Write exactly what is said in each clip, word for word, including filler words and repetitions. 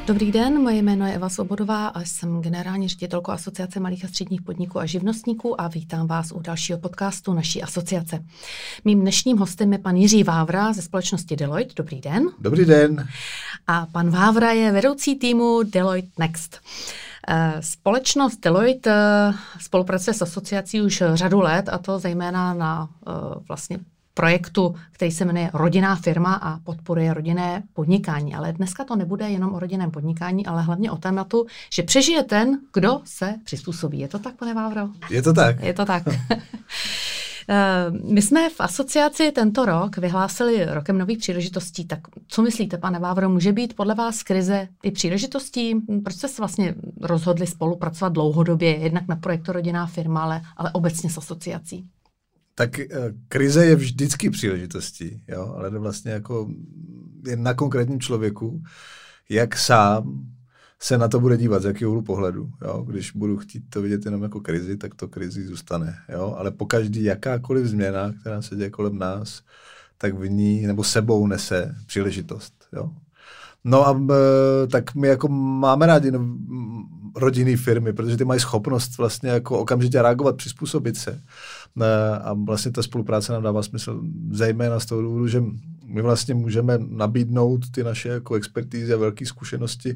Dobrý den, moje jméno je Eva Svobodová a jsem generální ředitelkou Asociace malých a středních podniků a živnostníků a vítám vás u dalšího podcastu naší asociace. Mým dnešním hostem je pan Jiří Vávra ze společnosti Deloitte. Dobrý den. Dobrý den. A pan Vávra je vedoucí týmu Deloitte Next. Společnost Deloitte spolupracuje s asociací už řadu let, a to zejména na vlastně projektu, který se jmenuje Rodinná firma a podporuje rodinné podnikání. Ale dneska to nebude jenom o rodinném podnikání, ale hlavně o tématu, že přežije ten, kdo se přizpůsobí. Je to tak, pane Vávro? Je to tak. Je to tak. My jsme v asociaci tento rok vyhlásili rokem nových příležitostí. Tak co myslíte, pane Vávro, může být podle vás krize i příležitostí? Proč jste se vlastně rozhodli spolupracovat dlouhodobě, jednak na projektu Rodinná firma, ale, ale obecně s asociací? Tak krize je vždycky příležitostí, jo? Ale vlastně jako je na konkrétním člověku, jak sám se na to bude dívat, z jakého úhlu pohledu. Jo? Když budu chtít to vidět jenom jako krizi, tak to krizi zůstane. Jo? Ale pokaždý jakákoliv změna, která se děje kolem nás, tak v ní nebo sebou nese příležitost. Jo? No a tak my jako máme rádi no, rodinné firmy, protože ty mají schopnost vlastně jako okamžitě reagovat, přizpůsobit se. A vlastně ta spolupráce nám dává smysl zejména z toho důvodu, že my vlastně můžeme nabídnout ty naše jako expertízy a velké zkušenosti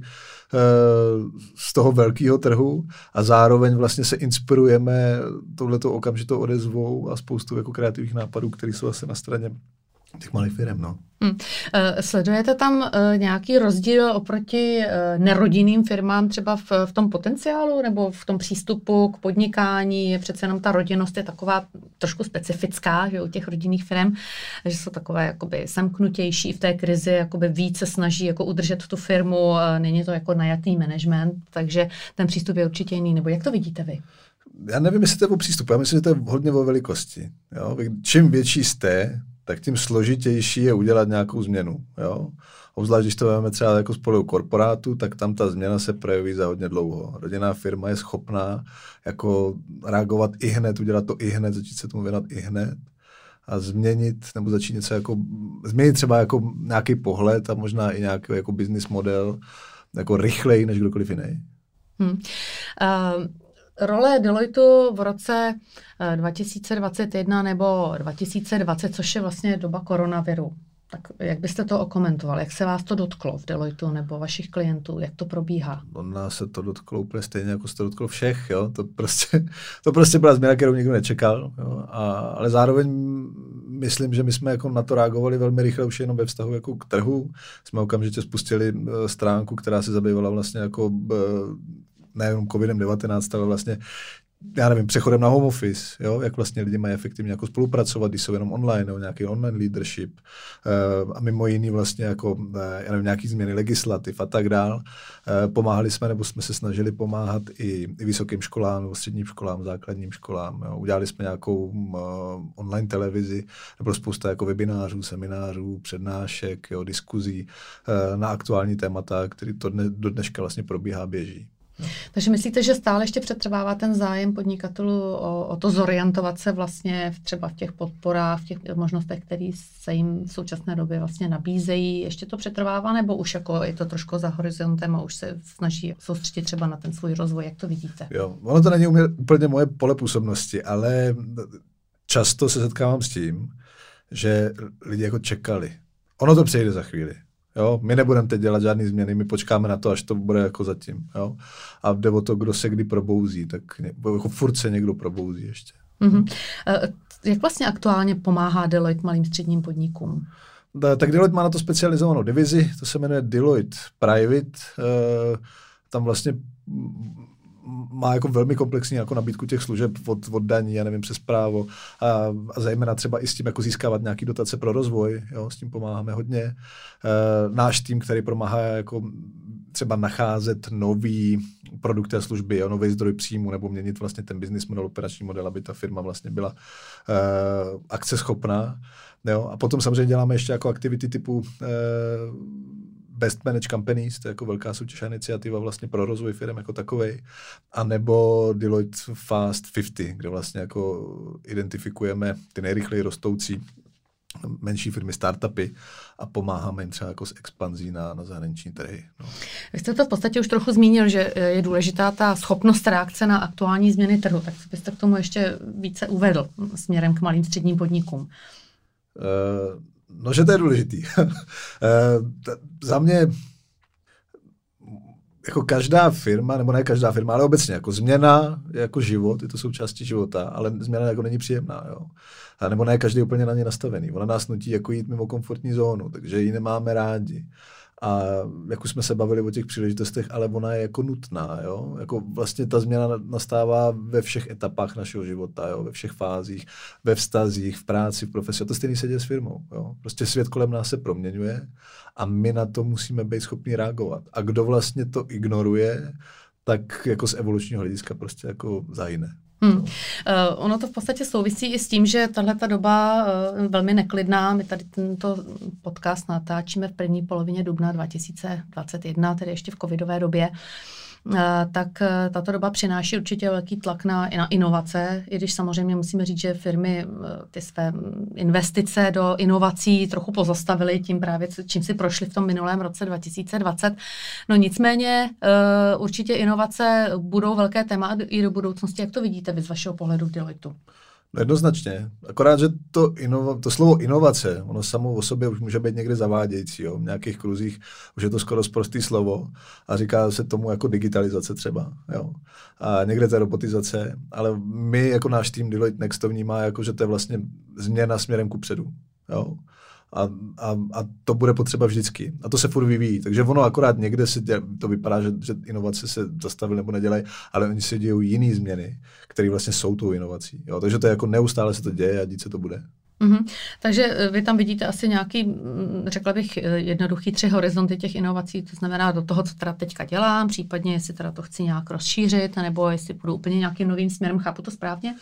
z toho velkého trhu a zároveň vlastně se inspirujeme touhletou okamžitou odezvou a spoustu jako kreativních nápadů, které jsou vlastně na straně těch malých firm, no. Hmm. Sledujete tam uh, nějaký rozdíl oproti uh, nerodinným firmám třeba v, v tom potenciálu nebo v tom přístupu k podnikání? Je přece jenom ta rodinnost je taková trošku specifická, že u těch rodinných firm, že jsou takové jakoby semknutější v té krizi, jakoby více snaží jako udržet tu firmu, uh, není to jako najatý management, takže ten přístup je určitě jiný. Nebo jak to vidíte vy? Já nevím, jestli to je o přístupu, já myslím, že to je hodně o velikosti. Jo? Čím větší jste, tak tím složitější je udělat nějakou změnu. Jo? Obzvlášť, když to máme třeba jako spolu korporátu, tak tam ta změna se projeví za hodně dlouho. Rodinná firma je schopná jako reagovat i hned, udělat to i hned, začít se tomu věnovat i hned a změnit, nebo začít něco jako, změnit třeba jako nějaký pohled a možná i nějaký jako business model jako rychleji než kdokoliv jiný. Hmm. Uh... Role Deloittu v roce dva tisíce dvacet jedna nebo dva tisíce dvacet, což je vlastně doba koronaviru. Tak jak byste to okomentoval? Jak se vás to dotklo v Deloittu nebo vašich klientů? Jak to probíhá? On nás se to dotklo úplně stejně, jako se to dotklo všech. Jo? To, prostě, to prostě byla změna, kterou nikdo nečekal. Jo? A, ale zároveň myslím, že my jsme jako na to reagovali velmi rychle už jenom ve vztahu jako k trhu. Jsme okamžitě spustili stránku, která se zabývala vlastně jako nejenom covidem devatenáct, ale vlastně, já nevím, přechodem na home office, jo? Jak vlastně lidi mají efektivně jako spolupracovat, když jsou jenom online, nebo nějaký online leadership uh, a mimo jiný vlastně jako, uh, já nevím, nějaký změny legislativ a tak dál. Uh, pomáhali jsme, nebo jsme se snažili pomáhat i, i vysokým školám, nebo středním školám, základním školám. Jo? Udělali jsme nějakou uh, online televizi, nebo spousta jako webinářů, seminářů, přednášek, jo? Diskuzí uh, na aktuální témata, který to dne, do dneška vlastně probíhá, běží. No. Takže myslíte, že stále ještě přetrvává ten zájem podnikatelů o, o to zorientovat se vlastně v, třeba v těch podporách, v těch možnostech, které se jim v současné době vlastně nabízejí? Ještě to přetrvává, nebo už jako je to trošku za horizontem a už se snaží soustředit třeba na ten svůj rozvoj? Jak to vidíte? Jo, ono to není úplně moje pole působnosti, ale často se setkávám s tím, že lidi jako čekali. Ono to přejde za chvíli. Jo, my nebudeme teď dělat žádný změny, my počkáme na to, až to bude jako zatím. Jo? A jde o to, kdo se kdy probouzí, tak jako furt se někdo probouzí ještě. Mm-hmm. Jak vlastně aktuálně pomáhá Deloitte malým středním podnikům? Tak Deloitte má na to specializovanou divizi, to se jmenuje Deloitte Private. Tam vlastně má jako velmi komplexní jako nabídku těch služeb od, od daní, já nevím, přes právo a, a zejména třeba i s tím jako získávat nějaký dotace pro rozvoj, jo, s tím pomáháme hodně. E, náš tým, který pomáhá jako třeba nacházet nový produkty a služby, jo, nový zdroj příjmu nebo měnit vlastně ten business model, operační model, aby ta firma vlastně byla e, akceschopná. Jo. A potom samozřejmě děláme ještě jako aktivity typu e, Best Managed Companies, to je jako velká soutěž a iniciativa vlastně pro rozvoj firm jako takovej, a nebo Deloitte Fast padesát, kde vlastně jako identifikujeme ty nejrychleji rostoucí menší firmy, startupy a pomáháme jim třeba jako s expanzí na, na zahraniční trhy. No. Vy jste to v podstatě už trochu zmínil, že je důležitá ta schopnost reakce na aktuální změny trhu, tak co byste k tomu ještě více uvedl směrem k malým středním podnikům? Uh, no, že to je důležitý. uh, t- za mě jako každá firma, nebo ne každá firma, ale obecně jako změna je jako život, je to součástí života, ale změna jako není příjemná, jo. A nebo ne každý úplně na ně nastavený. Ona nás nutí jako jít mimo komfortní zónu, takže ji nemáme rádi. A jak už jsme se bavili o těch příležitostech, ale ona je jako nutná, jo. Jako vlastně ta změna nastává ve všech etapách našeho života, jo, ve všech fázích, ve vztazích, v práci, v profesi. A to stejný se děje s firmou, jo. Prostě svět kolem nás se proměňuje a my na to musíme být schopni reagovat. A kdo vlastně to ignoruje, tak jako z evolučního hlediska prostě jako zahyne. Hmm. Uh, ono to v podstatě souvisí i s tím, že tahleta doba uh, velmi neklidná. My tady tento podcast natáčíme v první polovině dubna dva tisíce dvacet jedna, tedy ještě v covidové době. Uh, tak uh, tato doba přináší určitě velký tlak na, na inovace, i když samozřejmě musíme říct, že firmy uh, ty své investice do inovací trochu pozastavily tím právě, čím si prošli v tom minulém roce dva tisíce dvacet. No nicméně uh, určitě inovace budou velké téma i do budoucnosti. Jak to vidíte vy z vašeho pohledu v Deloitu? No jednoznačně. Akorát, že to, inova, to slovo inovace, ono samo o sobě už může být někdy zavádějící. Jo. V nějakých kruzích už je to skoro sprostý slovo a říká se tomu jako digitalizace třeba. Jo. A někde to je robotizace, ale my jako náš tým Deloitte Next to vnímá jako, že to je vlastně změna směrem kupředu. Jo. A, a, a to bude potřeba vždycky. A to se furt vyvíjí. Takže ono akorát někde si děl, to vypadá, že, že inovace se zastavily nebo nedělají, ale oni se dějou jiný změny, které vlastně jsou tou inovací. Jo? Takže to je jako neustále se to děje a dít se to bude. Mm-hmm. Takže vy tam vidíte asi nějaký, řekla bych, jednoduchý tři horizonty těch inovací, to znamená do toho, co teda teďka dělám, případně jestli teda to chci nějak rozšířit, nebo jestli půjdu úplně nějakým novým směrem. Chápu to správně?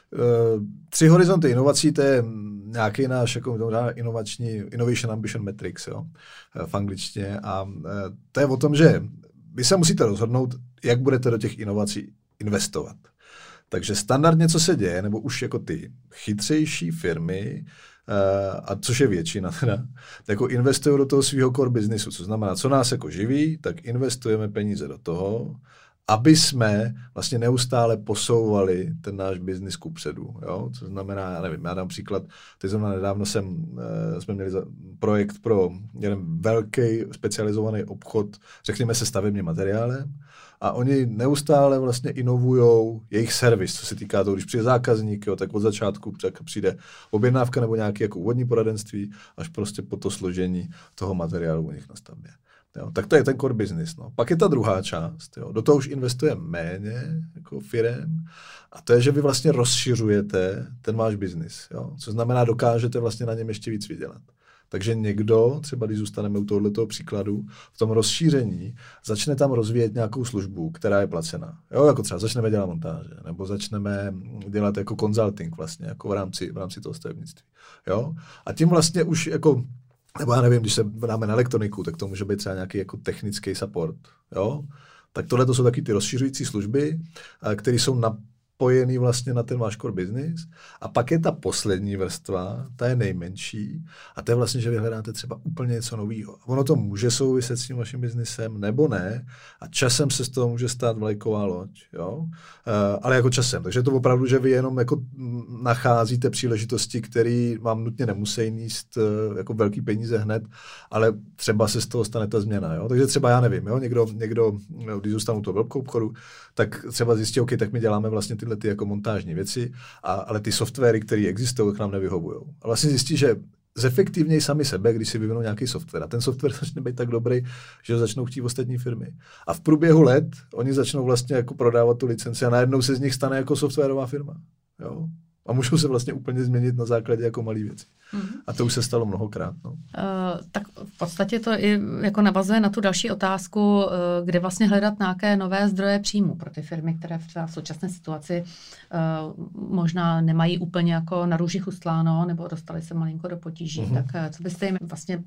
Uh, tři horizonty inovací, to je nějaký náš jako, inovační, Innovation Ambition Matrix, jo, v angličtině. A uh, to je o tom, že vy se musíte rozhodnout, jak budete do těch inovací investovat. Takže standardně, co se děje, nebo už jako ty chytřejší firmy, uh, a což je většina teda, jako investují do toho svého core businessu, co znamená, co nás jako živí, tak investujeme peníze do toho, aby jsme vlastně neustále posouvali ten náš biznis kupředu. Jo? Co znamená, já nevím, já dám příklad, teď zrovna nedávno jsem, e, jsme měli za, projekt pro jeden velký specializovaný obchod, řekněme se stavebním materiálem, a oni neustále vlastně inovujou jejich servis, co se týká toho, když přijde zákazník, jo, tak od začátku přijde objednávka nebo nějaké jako úvodní poradenství, až prostě po to složení toho materiálu u nich na stavbě. Jo, tak to je ten core business. No. Pak je ta druhá část. Jo. Do toho už investujeme méně jako firem a to je, že vy vlastně rozšiřujete ten váš business. Jo. Co znamená, dokážete vlastně na něm ještě víc vydělat. Takže někdo, třeba když zůstaneme u tohoto příkladu, v tom rozšíření začne tam rozvíjet nějakou službu, která je placená. Jo, jako třeba začneme dělat montáže, nebo začneme dělat jako consulting vlastně, jako v rámci, v rámci toho stavebnictví. Jo. A tím vlastně už jako nebo já nevím, když se dáme na elektroniku, tak to může být třeba nějaký jako technický support, jo? Tak tohle to jsou taky ty rozšiřující služby, které jsou napojený vlastně na ten váš core business. A pak je ta poslední vrstva, ta je nejmenší a to je vlastně, že vy hledáte třeba úplně něco nového. Ono to může souviset s tím vaším biznisem, nebo ne, a časem se z toho může stát vlajková loď, jo? Uh, ale jako časem. Takže je to opravdu, že vy jenom jako nacházíte příležitosti, které vám nutně nemusí níst uh, jako velký peníze hned, ale třeba se z toho stane ta změna, jo? Takže třeba já nevím, jo? Někdo, někdo, když zůstanu toho velkou obchodu, tak třeba zjistí, OK, tak my děláme vlastně tyhle ty jako montážní věci, a, ale ty softwary, které existují, k nám nevyhovují. A vlastně zjistí, že zefektivněji sami sebe, když si vyvinou nějaký software. A ten software začne být tak dobrý, že ho začnou chtít ostatní firmy. A v průběhu let oni začnou vlastně jako prodávat tu licenci a najednou se z nich stane jako softwarová firma. Jo? A můžou se vlastně úplně změnit na základě jako malý věci. Mm-hmm. A to už se stalo mnohokrát. No. Uh, tak v podstatě to i jako navazuje na tu další otázku, uh, kde vlastně hledat nějaké nové zdroje příjmu pro ty firmy, které v třeba v současné situaci uh, možná nemají úplně jako na růži chustláno, nebo dostali se malinko do potíží. Mm-hmm. Tak uh, co byste jim vlastně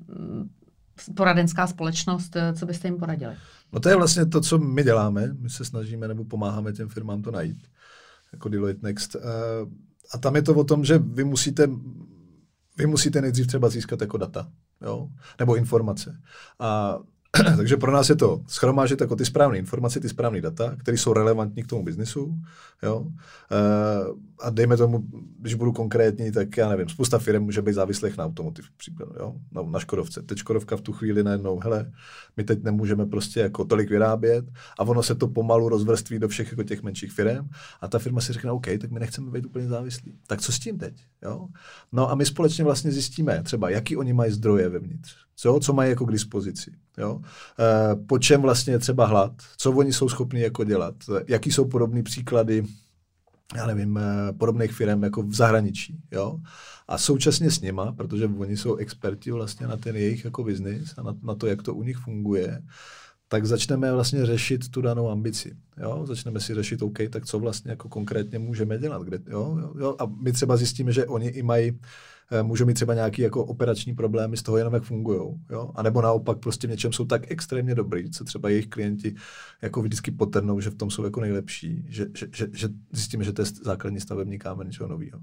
poradenská společnost, co byste jim poradili? No to je vlastně to, co my děláme. My se snažíme nebo pomáháme těm firmám to najít. Jako Deloitte Next. Uh, A tam je to o tom, že vy musíte vy musíte nejdřív třeba získat jako data, jo? Nebo informace. A takže pro nás je to shromážit jako ty správné informace, ty správné data, které jsou relevantní k tomu biznisu. Jo? A dejme tomu, když budu konkrétní, tak já nevím, spousta firm může být závislých na automotiv, jo? Na, na Škodovce. Teď Škodovka v tu chvíli najednou, hele, my teď nemůžeme prostě jako tolik vyrábět a ono se to pomalu rozvrství do všech jako těch menších firm a ta firma si řekne, OK, tak my nechceme být úplně závislí. Tak co s tím teď? Jo? No a my společně vlastně zjistíme třeba, jaký oni mají zdroje vevnitř. Co, co mají jako k dispozici. Jo? E, po čem vlastně je třeba hlad, co oni jsou schopni jako dělat, jaký jsou podobné příklady, já nevím, podobných firm jako v zahraničí. Jo? A současně s nima, protože oni jsou experti vlastně na ten jejich jako biznis a na, na to, jak to u nich funguje, tak začneme vlastně řešit tu danou ambici. Jo? Začneme si řešit, OK, tak co vlastně jako konkrétně můžeme dělat. Kde, jo? Jo? A my třeba zjistíme, že oni i mají můžou mít třeba nějaké jako operační problémy z toho jenom, jak fungujou. A nebo naopak prostě v něčem jsou tak extrémně dobrý, co třeba jejich klienti jako vždycky potrhnou, že v tom jsou jako nejlepší, že, že, že, že zjistíme, že to je základní stavební kámen něčeho nového.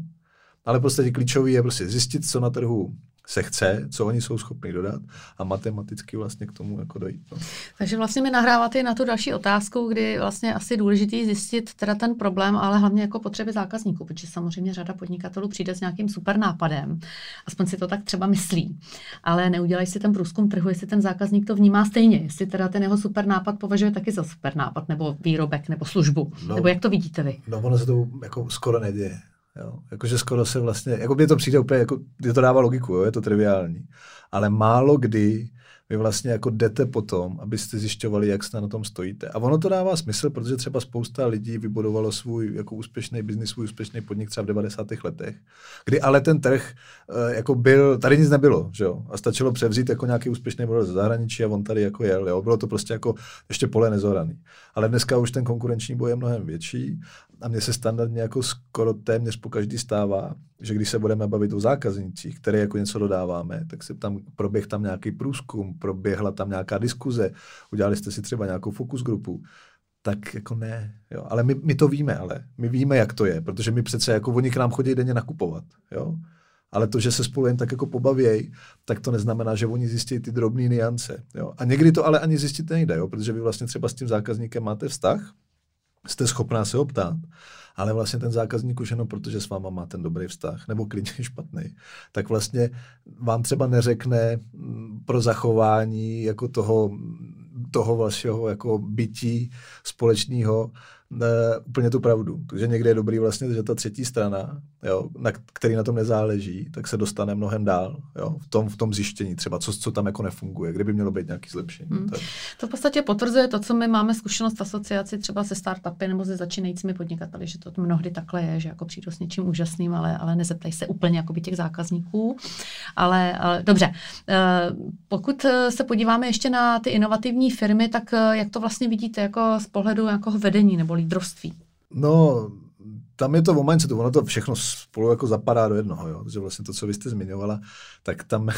Ale prostě klíčový je prostě zjistit, co na trhu se chce, co oni jsou schopni dodat a matematicky vlastně k tomu jako dojít. No. Takže vlastně mi nahráváte na tu další otázku, kdy vlastně asi důležitý zjistit teda ten problém, ale hlavně jako potřeby zákazníků, protože samozřejmě řada podnikatelů přijde s nějakým super nápadem, aspoň si to tak třeba myslí, ale neudělají si ten průzkum trhu, jestli ten zákazník to vnímá stejně, jestli teda ten jeho super nápad považuje taky za super nápad, nebo výrobek, nebo službu, no, nebo jak to vidíte vy? No ono se to jako skoro neděje. Jo. Jakože skoro se vlastně, jako mě to přijde úplně, jako, je to dává logiku, jo, je to triviální, ale málo kdy vy vlastně jako jdete potom, abyste zjišťovali, jak se na tom stojíte. A ono to dává smysl, protože třeba spousta lidí vybudovalo svůj jako úspěšný biznis, svůj úspěšný podnik třeba v devadesátých letech, kdy ale ten trh jako byl, tady nic nebylo, že jo, a stačilo převzít jako nějaký úspěšný model ze zahraničí a on tady jako jel, jo, bylo to prostě jako ještě pole nezoraný. Ale dneska už ten konkurenční boj je mnohem větší a mně se standardně jako skoro téměř po každý stává, že když se budeme bavit o zákaznících, které jako něco dodáváme, tak se tam proběh tam nějaký průzkum, proběhla tam nějaká diskuze, udělali jste si třeba nějakou focus grupu, tak jako ne. Jo. Ale my, my to víme, ale my víme, jak to je, protože my přece jako oni k nám chodí denně nakupovat. Jo. Ale to, že se spolu jen tak jako pobavějí, tak to neznamená, že oni zjistí ty drobné niance. Jo. A někdy to ale ani zjistit nejde, jo, protože vy vlastně třeba s tím zákazníkem máte vztah, jste schopná se ho ptát, ale vlastně ten zákazník už jenom protože s váma má ten dobrý vztah, nebo klidně špatný, tak vlastně vám třeba neřekne pro zachování jako toho, toho vašeho jako bytí společného ne, úplně tu pravdu. Takže někde je dobrý vlastně, že ta třetí strana, jo, na který na tom nezáleží, tak se dostane mnohem dál, jo, v tom, v tom zjištění třeba, co, co tam jako nefunguje, kde by mělo být nějaký zlepšení. Hmm. Tak. To v podstatě potvrzuje to, co my máme zkušenost v asociaci třeba se startupy nebo se začínajícími podnikateli, že to mnohdy takhle je, že jako přijdu s něčím úžasným, ale, ale nezeptají se úplně jako by těch zákazníků. Ale, ale dobře, pokud se podíváme ještě na ty inovativní firmy, tak jak to vlastně vidíte jako z pohledu nějakého vedení nebo lídrovství? No, tam je to o mindsetu, ono to všechno spolu jako zapadá do jednoho, jo? Takže vlastně to, co vy jste zmiňovala, tak tam,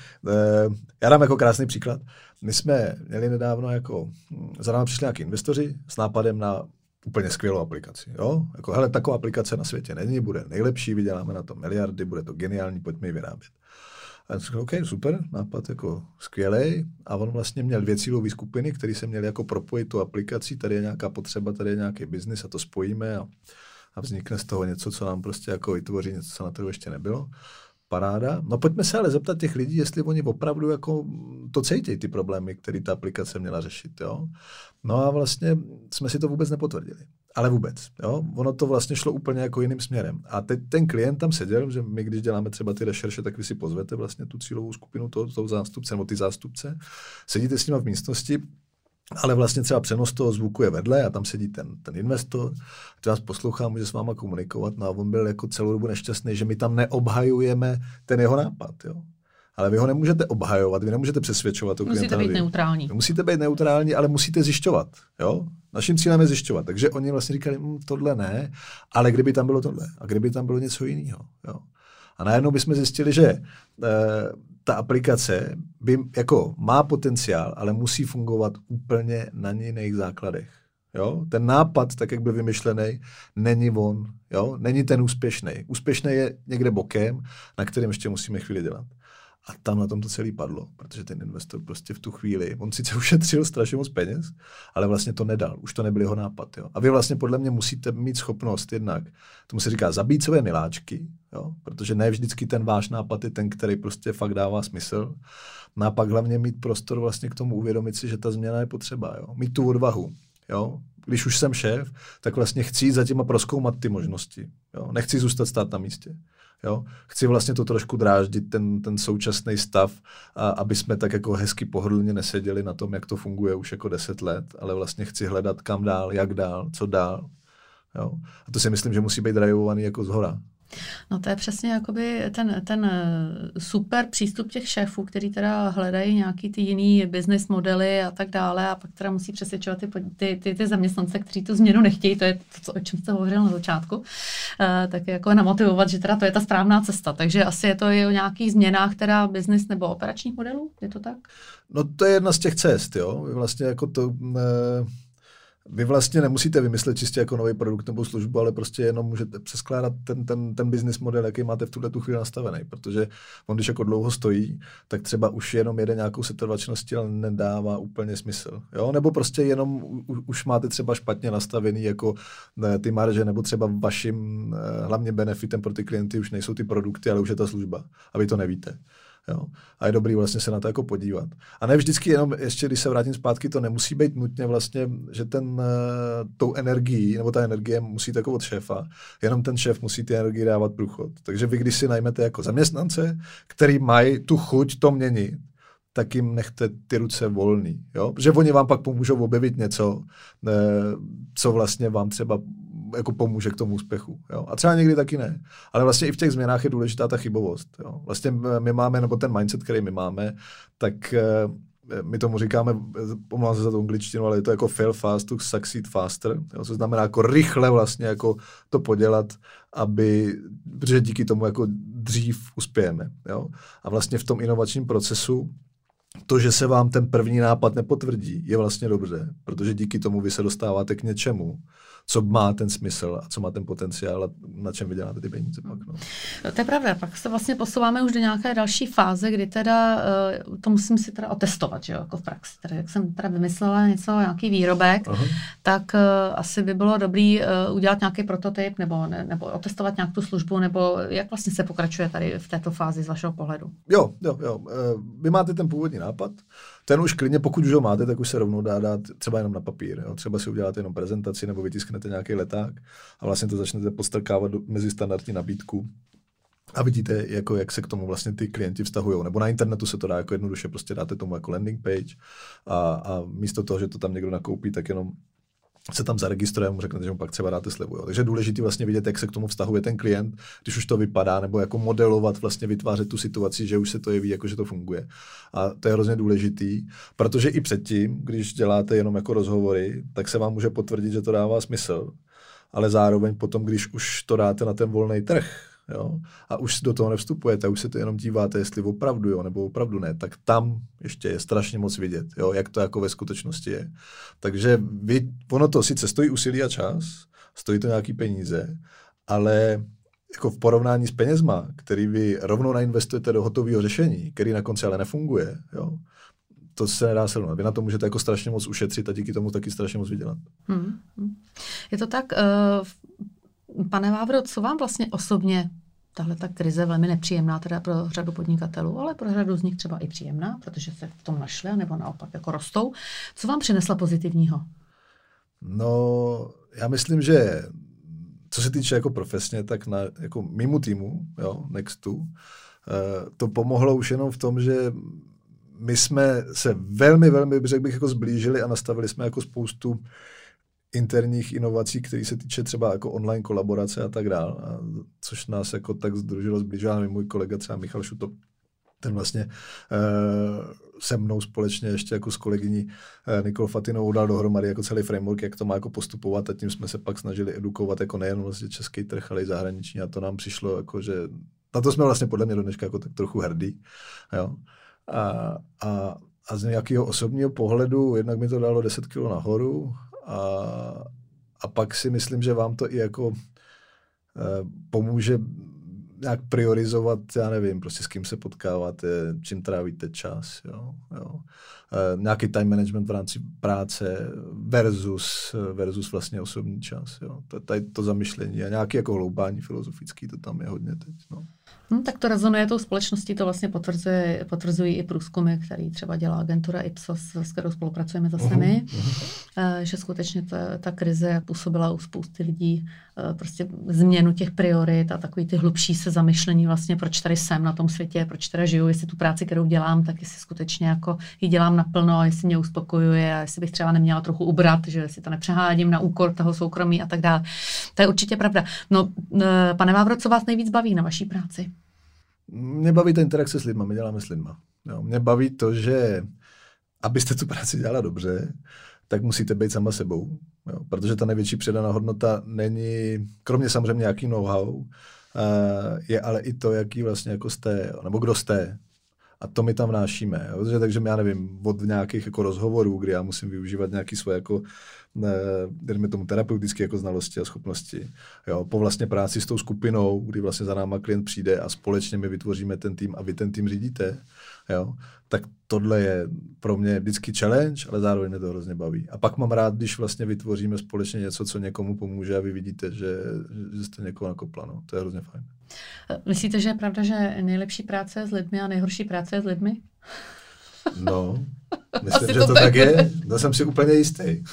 já dám jako krásný příklad. My jsme měli nedávno jako, za námi přišli nějaký investoři s nápadem na úplně skvělou aplikaci, jo? Jako, hele, taková aplikace na světě není, bude nejlepší, vyděláme na to miliardy, bude to geniální, pojďme ji vyrábět. A já jsem řekl, OK, super, nápad jako skvělej. A on vlastně měl dvě cílové skupiny, které se měly jako propojit tu aplikací, tady je nějaká potřeba, tady je nějaký biznis a to spojíme a, a vznikne z toho něco, co nám prostě jako vytvoří něco, co na trhu ještě nebylo. Paráda. No pojďme se ale zeptat těch lidí, jestli oni opravdu jako to cítí, ty problémy, které ta aplikace měla řešit. Jo? No a vlastně jsme si to vůbec nepotvrdili. Ale vůbec. Jo? Ono to vlastně šlo úplně jako jiným směrem. A teď ten klient tam seděl, že my, když děláme třeba ty rešerše, tak vy si pozvete vlastně tu cílovou skupinu toho, toho zástupce nebo ty zástupce. Sedíte s nimi v místnosti, ale vlastně třeba přenos toho zvuku je vedle a tam sedí ten, ten investor, který vás poslouchá, může s váma komunikovat, no a on byl jako celou dobu nešťastný, že my tam neobhajujeme ten jeho nápad, jo. Ale vy ho nemůžete obhajovat, vy nemůžete přesvědčovat. Musíte být neutrální. Vy musíte být neutrální, ale musíte zjišťovat, jo. Naším cílem je zjišťovat, takže oni vlastně říkali, hm, tohle ne, ale kdyby tam bylo tohle a kdyby tam bylo něco jiného, jo. A najednou bychom zjistili, že e, ta aplikace by, jako, má potenciál, ale musí fungovat úplně na jiných základech. Jo? Ten nápad, tak jak byl vymyšlený, není on. Jo? Není ten úspěšný. Úspěšný je někde bokem, na kterém ještě musíme chvíli dělat. A tam na tom to celý padlo, protože ten investor prostě v tu chvíli, on sice ušetřil strašně moc peněz, ale vlastně to nedal, už to nebyl jeho nápad. Jo? A vy vlastně podle mě musíte mít schopnost jednak, tomu se říká zabít své miláčky, jo? Protože ne vždycky ten váš nápad je ten, který prostě fakt dává smysl. No a pak hlavně mít prostor vlastně k tomu uvědomit si, že ta změna je potřeba. Jo? Mít tu odvahu. Jo? Když už jsem šéf, tak vlastně chci jít za tím a prozkoumat ty možnosti. Jo? Nechci zůstat stát na místě. Jo? Chci vlastně to trošku dráždit, ten, ten současný stav, a aby jsme tak jako hezky pohodlně neseděli na tom, jak to funguje už jako deset let, ale vlastně chci hledat kam dál, jak dál, co dál. Jo? A to si myslím, že musí být drivovaný jako zhora. No to je přesně jakoby ten, ten super přístup těch šéfů, který teda hledají nějaký ty jiný business modely a tak dále a pak teda musí přesvědčovat ty, ty, ty, ty zaměstnance, kteří tu změnu nechtějí, to je to, o čem jste hovořil na začátku, uh, tak jako namotivovat, že teda to je ta správná cesta. Takže asi je to i o nějakých změnách teda business nebo operačních modelů, je to tak? No to je jedna z těch cest, jo. Vlastně jako to... Ne... Vy vlastně nemusíte vymyslet čistě jako nový produkt nebo službu, ale prostě jenom můžete přeskládat ten, ten, ten business model, jaký máte v tuhle tu chvíli nastavený, protože on, když jako dlouho stojí, tak třeba už jenom jede nějakou setrvačností, ale nedává úplně smysl. Jo? Nebo prostě jenom u, už máte třeba špatně nastavený jako ne, ty marže, nebo třeba vaším hlavně benefitem pro ty klienty už nejsou ty produkty, ale už je ta služba. A vy to nevíte. Jo? A je dobrý vlastně se na to jako podívat. A ne vždycky jenom, ještě když se vrátím zpátky, to nemusí být nutně vlastně, že ten tou energií, nebo ta energie musí jako od šéfa, jenom ten šéf musí ty energii dávat průchod. Takže vy, když si najmete jako zaměstnance, který mají tu chuť to měnit, tak jim nechte ty ruce volný. Jo? Protože oni vám pak pomůžou objevit něco, co vlastně vám třeba jako pomůže k tomu úspěchu. Jo? A třeba někdy taky ne. Ale vlastně i v těch změnách je důležitá ta chybovost. Jo? Vlastně my máme, nebo ten mindset, který my máme, tak my tomu říkáme, pomluvám se za tu angličtinu, ale je to jako fail fast to succeed faster. Jo? Co znamená jako rychle vlastně jako to podělat, aby, protože díky tomu jako dřív uspějeme. Jo? A vlastně v tom inovačním procesu to, že se vám ten první nápad nepotvrdí, je vlastně dobře, protože díky tomu vy se dostáváte k něčemu, co má ten smysl a co má ten potenciál a na čem vyděláte ty peníze pak. No. To je pravda, pak se vlastně posouváme už do nějaké další fáze, kdy teda uh, to musím si teda otestovat, že jo, jako v praxi. Teda, jak jsem teda vymyslela něco, nějaký výrobek, Aha. tak uh, asi by bylo dobrý uh, udělat nějaký prototyp nebo, ne, nebo otestovat nějakou tu službu, nebo jak vlastně se pokračuje tady v této fázi z vašeho pohledu? Jo, jo, jo. Uh, vy máte ten původní nápad, ten už klidně, pokud už ho máte, tak už se rovnou dá dát třeba jenom na papír. Jo. Třeba si uděláte jenom prezentaci nebo vytisknete nějaký leták a vlastně to začnete podstrkávat mezi standardní nabídku a vidíte, jako, jak se k tomu vlastně ty klienti vztahují. Nebo na internetu se to dá jako jednoduše, prostě dáte tomu jako landing page a, a místo toho, že to tam někdo nakoupí, tak jenom se tam zaregistruje a mu řeknete, že mu pak třeba dáte slevu. Jo. Takže je důležité vlastně vidět, jak se k tomu vztahuje ten klient, když už to vypadá, nebo jako modelovat, vlastně vytvářet tu situaci, že už se to jeví, jako že to funguje. A to je hrozně důležitý, protože i předtím, když děláte jenom jako rozhovory, tak se vám může potvrdit, že to dává smysl, ale zároveň potom, když už to dáte na ten volný trh, jo, a už do toho nevstupujete, už se to jenom díváte, jestli opravdu jo, nebo opravdu ne, tak tam ještě je strašně moc vidět, jo, jak to jako ve skutečnosti je. Takže vy, ono to sice stojí úsilí a čas, stojí to nějaký peníze, ale jako v porovnání s penězma, který vy rovnou nainvestujete do hotového řešení, který na konci ale nefunguje, jo, to se nedá srovnat. Vy na to můžete jako strašně moc ušetřit a díky tomu taky strašně moc vydělat. Hmm. Je to tak, uh, pane Vávro, co vám vlastně osobně tahle ta krize velmi nepříjemná teda pro řadu podnikatelů, ale pro řadu z nich třeba i příjemná, protože se v tom našli, nebo naopak jako rostou. Co vám přinesla pozitivního? No, já myslím, že co se týče jako profesně, tak na jako mimo týmu, jo, Nextu, to pomohlo už jenom v tom, že my jsme se velmi, velmi, řekl bych, jako zblížili a nastavili jsme jako spoustu interních inovací, které se týče třeba jako online kolaborace a tak dále, což nás jako tak združilo, zblížilo. A můj kolega třeba Michal Šuto, ten vlastně uh, se mnou společně ještě jako s kolegyní uh, Nikol Fatinovou dal dohromady jako celý framework, jak to má jako postupovat a tím jsme se pak snažili edukovat jako nejen vlastně český trh, ale i zahraniční a to nám přišlo jako, že na to jsme vlastně podle mě do dneška jako tak trochu hrdí. Jo. A, a, a z nějakého osobního pohledu jednak mi to dalo deset kilo nahoru a, a pak si myslím, že vám to i jako eh, pomůže nějak priorizovat, já nevím, prostě s kým se potkáváte, čím trávíte čas, jo, jo. E, nějaký time management v rámci práce versus, versus vlastně osobní čas, jo. To, tady to zamyšlení a nějaké jako hloubání filozofický, to tam je hodně teď, no. No, tak to rezonuje tou společností, to vlastně potvrzuje, potvrzují i průzkumy, který třeba dělá agentura Ipsos, s kterou spolupracujeme zase my, uh-huh. že skutečně ta, ta krize působila u spousty lidí prostě změnu těch priorit a takový ty hlubší se zamyšlení vlastně, proč tady jsem na tom světě, proč teda žiju, jestli tu práci, kterou dělám, tak jestli skutečně jako ji dělám naplno, jestli mě uspokojuje a jestli bych třeba neměla trochu ubrat, že jestli to nepřehádím na úkor toho soukromí a tak dále. To je určitě pravda. No, pane Vávro, co vás nejvíc baví na vaší práci? Mě baví ta interakce s lidma, my děláme s lidma. Jo, mě baví to, že abyste tu práci dělala dobře, tak musíte být sama sebou. Jo, protože ta největší přidaná hodnota není, kromě samozřejmě nějaký know-how, je ale i to, jaký vlastně jako jste, nebo kdo jste. A to my tam vnášíme. Jo? Protože, takže já nevím, od nějakých jako rozhovorů, kdy já musím využívat nějaké svoje jako, dejme tomu terapeutické jako znalosti a schopnosti. Jo? Po vlastně práci s tou skupinou, kdy vlastně za náma klient přijde a společně my vytvoříme ten tým a vy ten tým řídíte. Jo? Tak tohle je pro mě vždycky challenge, ale zároveň mě to hrozně baví. A pak mám rád, když vlastně vytvoříme společně něco, co někomu pomůže a vy vidíte, že, že jste někoho nakopla. No. To je hrozně fajn. Myslíte, že je pravda, že nejlepší práce je s lidmi a nejhorší práce je s lidmi? No, myslím, že to, to tak je. To jsem si úplně jistý.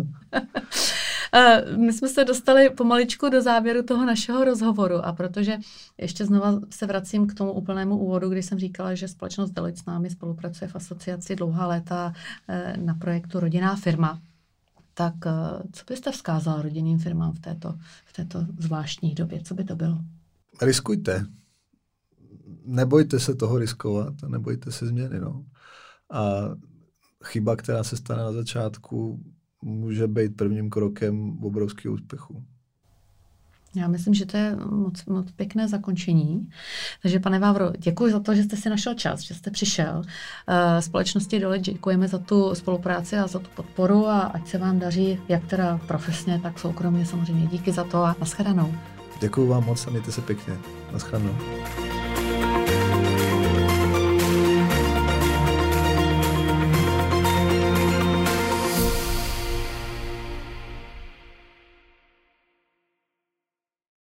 My jsme se dostali pomaličku do závěru toho našeho rozhovoru a protože ještě znova se vracím k tomu úplnému úvodu, kdy jsem říkala, že společnost Deloitte s námi spolupracuje v asociaci dlouhá léta na projektu Rodinná firma. Tak co byste vzkázal rodinným firmám v této, v této zvláštní době? Co by to bylo? Riskujte. Nebojte se toho riskovat a nebojte se změny. No. A chyba, která se stane na začátku, může být prvním krokem obrovského úspěchu. Já myslím, že to je moc, moc pěkné zakončení. Takže pane Vávro, děkuji za to, že jste si našel čas, že jste přišel. Společnosti Deloitte děkujeme za tu spolupráci a za tu podporu a ať se vám daří, jak teda profesně, tak soukromně samozřejmě. Díky za to a nashledanou. Děkuji vám moc a mějte se pěkně. Nashledanou.